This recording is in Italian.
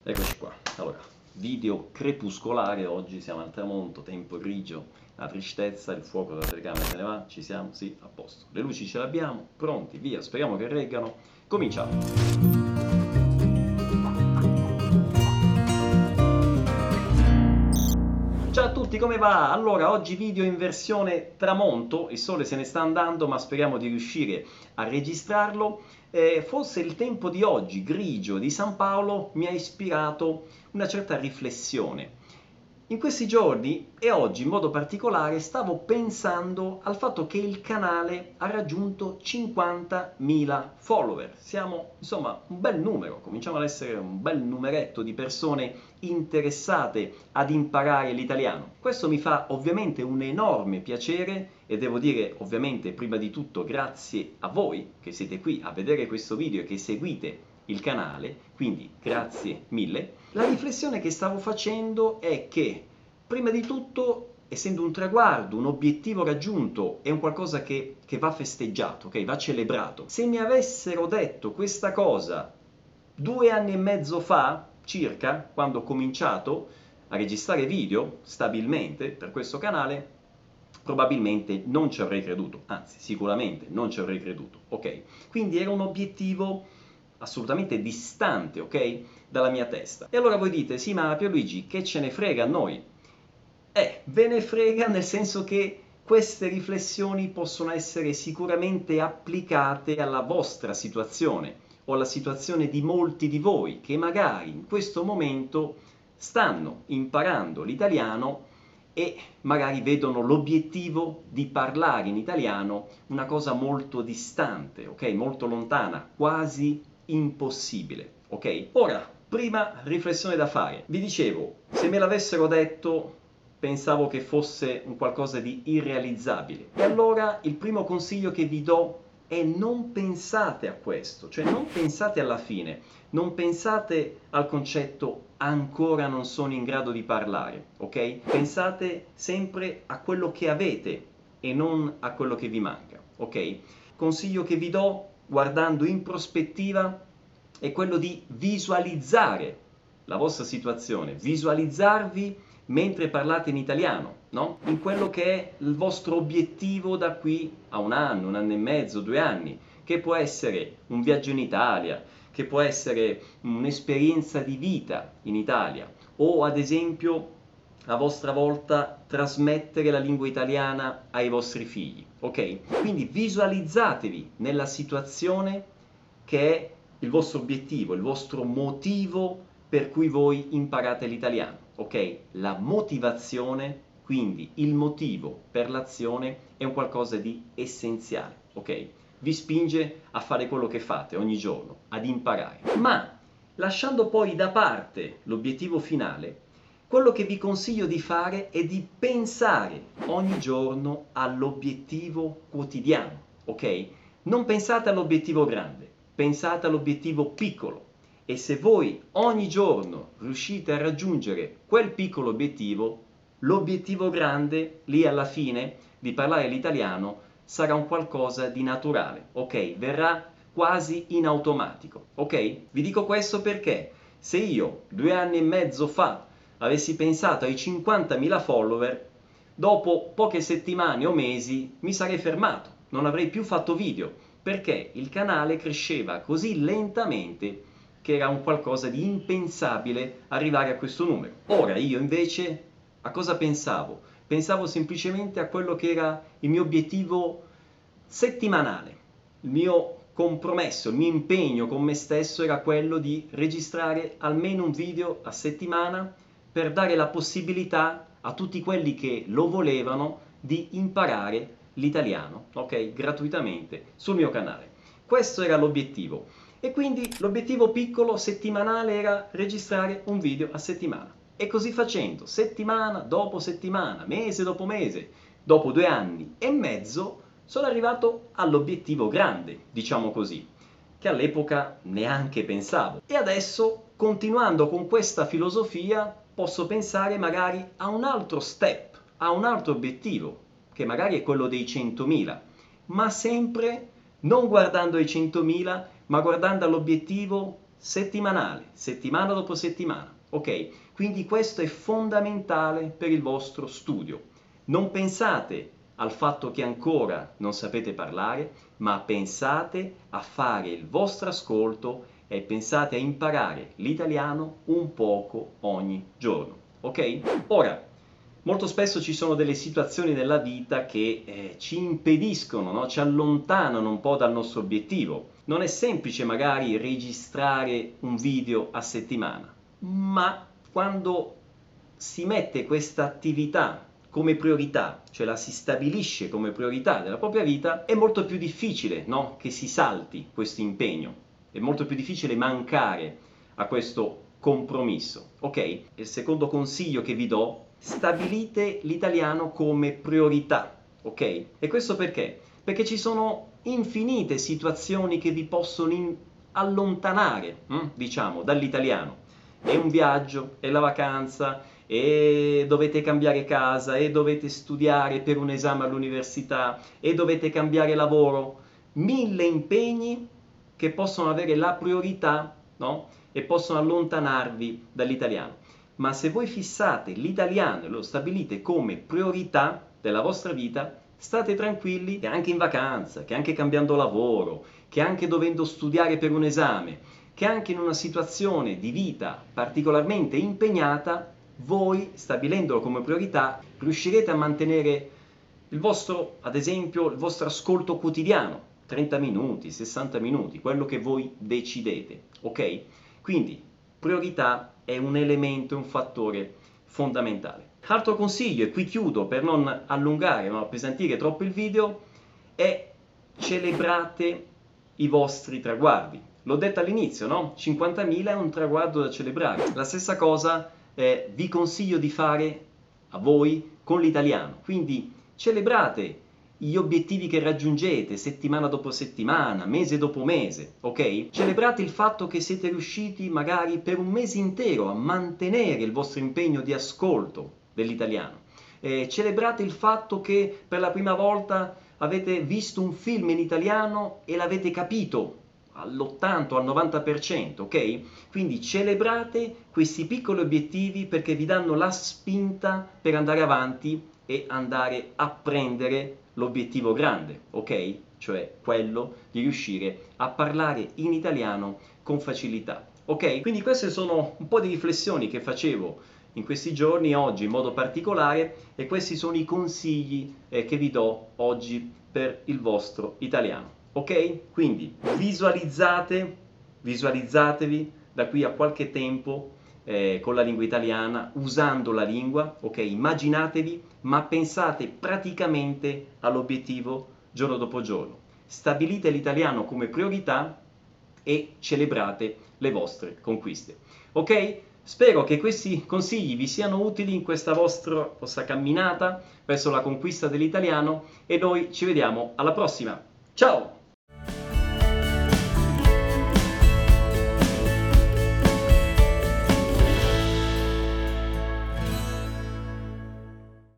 Eccoci qua. Allora, video crepuscolare oggi, siamo al tramonto, tempo grigio, la tristezza, il fuoco della telecamera se ne va, ci siamo? Sì, a posto. Le luci ce le abbiamo, pronti, via, speriamo che reggano. Cominciamo. Ciao a tutti, come va? Allora, oggi video in versione tramonto, il sole se ne sta andando, ma speriamo di riuscire a registrarlo. Forse il tempo di oggi, grigio di San Paolo, mi ha ispirato una certa riflessione. In questi giorni e oggi in modo particolare stavo pensando al fatto che il canale ha raggiunto 50.000 follower. Siamo insomma un bel numero, cominciamo ad essere un bel numeretto di persone interessate ad imparare l'italiano. Questo mi fa ovviamente un enorme piacere e devo dire ovviamente prima di tutto grazie a voi che siete qui a vedere questo video e che seguite il canale, quindi grazie mille. La riflessione che stavo facendo è che prima di tutto, essendo un traguardo, un obiettivo raggiunto, è un qualcosa che va festeggiato, ok? Va celebrato. Se mi avessero detto questa cosa 2 anni e mezzo fa, circa, quando ho cominciato a registrare video stabilmente per questo canale, probabilmente non ci avrei creduto, anzi sicuramente non ci avrei creduto, ok? Quindi era un obiettivo assolutamente distante, ok? Dalla mia testa. E allora voi dite, sì ma Pierluigi, che ce ne frega a noi? Ve ne frega nel senso che queste riflessioni possono essere sicuramente applicate alla vostra situazione o alla situazione di molti di voi che magari in questo momento stanno imparando l'italiano e magari vedono l'obiettivo di parlare in italiano una cosa molto distante, ok? Molto lontana, quasi impossibile, ok? Ora, prima riflessione da fare. Vi dicevo, se me l'avessero detto pensavo che fosse un qualcosa di irrealizzabile. E allora il primo consiglio che vi do è non pensate a questo, cioè non pensate alla fine, non pensate al concetto ancora non sono in grado di parlare, ok? Pensate sempre a quello che avete e non a quello che vi manca, ok? Consiglio che vi do guardando in prospettiva è quello di visualizzare la vostra situazione, visualizzarvi mentre parlate in italiano, no? In quello che è il vostro obiettivo da qui a un anno e mezzo, 2 anni, che può essere un viaggio in Italia, che può essere un'esperienza di vita in Italia, o ad esempio a vostra volta trasmettere la lingua italiana ai vostri figli, ok? Quindi visualizzatevi nella situazione che è il vostro obiettivo, il vostro motivo per cui voi imparate l'italiano, ok? La motivazione, quindi il motivo per l'azione, è un qualcosa di essenziale, ok? Vi spinge a fare quello che fate ogni giorno, ad imparare. Ma lasciando poi da parte l'obiettivo finale, quello che vi consiglio di fare è di pensare ogni giorno all'obiettivo quotidiano, ok? Non pensate all'obiettivo grande, pensate all'obiettivo piccolo. E se voi ogni giorno riuscite a raggiungere quel piccolo obiettivo, l'obiettivo grande, lì alla fine, di parlare l'italiano, sarà un qualcosa di naturale, ok? Verrà quasi in automatico, ok? Vi dico questo perché se io 2 anni e mezzo fa avessi pensato ai 50.000 follower, dopo poche settimane o mesi mi sarei fermato, non avrei più fatto video, perché il canale cresceva così lentamente che era un qualcosa di impensabile arrivare a questo numero. Ora io invece a cosa pensavo? Pensavo semplicemente a quello che era il mio obiettivo settimanale, il mio compromesso, il mio impegno con me stesso era quello di registrare almeno un video a settimana per dare la possibilità a tutti quelli che lo volevano di imparare l'italiano, ok? Gratuitamente sul mio canale. Questo era l'obiettivo. E quindi l'obiettivo piccolo settimanale era registrare un video a settimana. E così facendo, settimana dopo settimana, mese dopo mese, dopo 2 anni e mezzo, sono arrivato all'obiettivo grande, diciamo così, che all'epoca neanche pensavo. E adesso, continuando con questa filosofia, posso pensare magari a un altro step, a un altro obiettivo, che magari è quello dei 100.000, ma sempre non guardando ai 100.000, ma guardando all'obiettivo settimanale, settimana dopo settimana, ok? Quindi questo è fondamentale per il vostro studio. Non pensate al fatto che ancora non sapete parlare, ma pensate a fare il vostro ascolto e pensate a imparare l'italiano un poco ogni giorno, ok? Ora, molto spesso ci sono delle situazioni nella vita che ci impediscono, no? Ci allontanano un po' dal nostro obiettivo. Non è semplice magari registrare un video a settimana, ma quando si mette questa attività come priorità, cioè la si stabilisce come priorità della propria vita, è molto più difficile, no? Che si salti questo impegno. È molto più difficile mancare a questo compromesso, ok? Il secondo consiglio che vi do: stabilite l'italiano come priorità, ok? E questo perché? Perché ci sono infinite situazioni che vi possono allontanare, diciamo, dall'italiano. È un viaggio, è la vacanza, e dovete cambiare casa, e dovete studiare per un esame all'università, e dovete cambiare lavoro. 1000 impegni che possono avere la priorità, no? E possono allontanarvi dall'italiano. Ma se voi fissate l'italiano e lo stabilite come priorità della vostra vita, state tranquilli che anche in vacanza, che anche cambiando lavoro, che anche dovendo studiare per un esame, che anche in una situazione di vita particolarmente impegnata, voi, stabilendolo come priorità, riuscirete a mantenere il vostro, ad esempio, il vostro ascolto quotidiano, 30 minuti, 60 minuti, quello che voi decidete, ok? Quindi, priorità è un elemento, un fattore fondamentale. Altro consiglio, e qui chiudo per non allungare, ma appesantire troppo il video, è celebrate i vostri traguardi. L'ho detto all'inizio, no? 50.000 è un traguardo da celebrare. La stessa cosa vi consiglio di fare a voi con l'italiano. Quindi celebrate gli obiettivi che raggiungete settimana dopo settimana, mese dopo mese, ok? Celebrate il fatto che siete riusciti magari per un mese intero a mantenere il vostro impegno di ascolto dell'italiano. Celebrate il fatto che per la prima volta avete visto un film in italiano e l'avete capito all'80 o al 90%, ok? Quindi celebrate questi piccoli obiettivi perché vi danno la spinta per andare avanti e andare a prendere l'obiettivo grande, ok? Cioè quello di riuscire a parlare in italiano con facilità, ok? Quindi queste sono un po' di riflessioni che facevo in questi giorni, oggi in modo particolare, e questi sono i consigli che vi do oggi per il vostro italiano, ok? Quindi visualizzatevi da qui a qualche tempo con la lingua italiana, usando la lingua, ok? Immaginatevi, ma pensate praticamente all'obiettivo giorno dopo giorno. Stabilite l'italiano come priorità e celebrate le vostre conquiste, ok? Spero che questi consigli vi siano utili in questa vostra camminata verso la conquista dell'italiano e noi ci vediamo alla prossima. Ciao!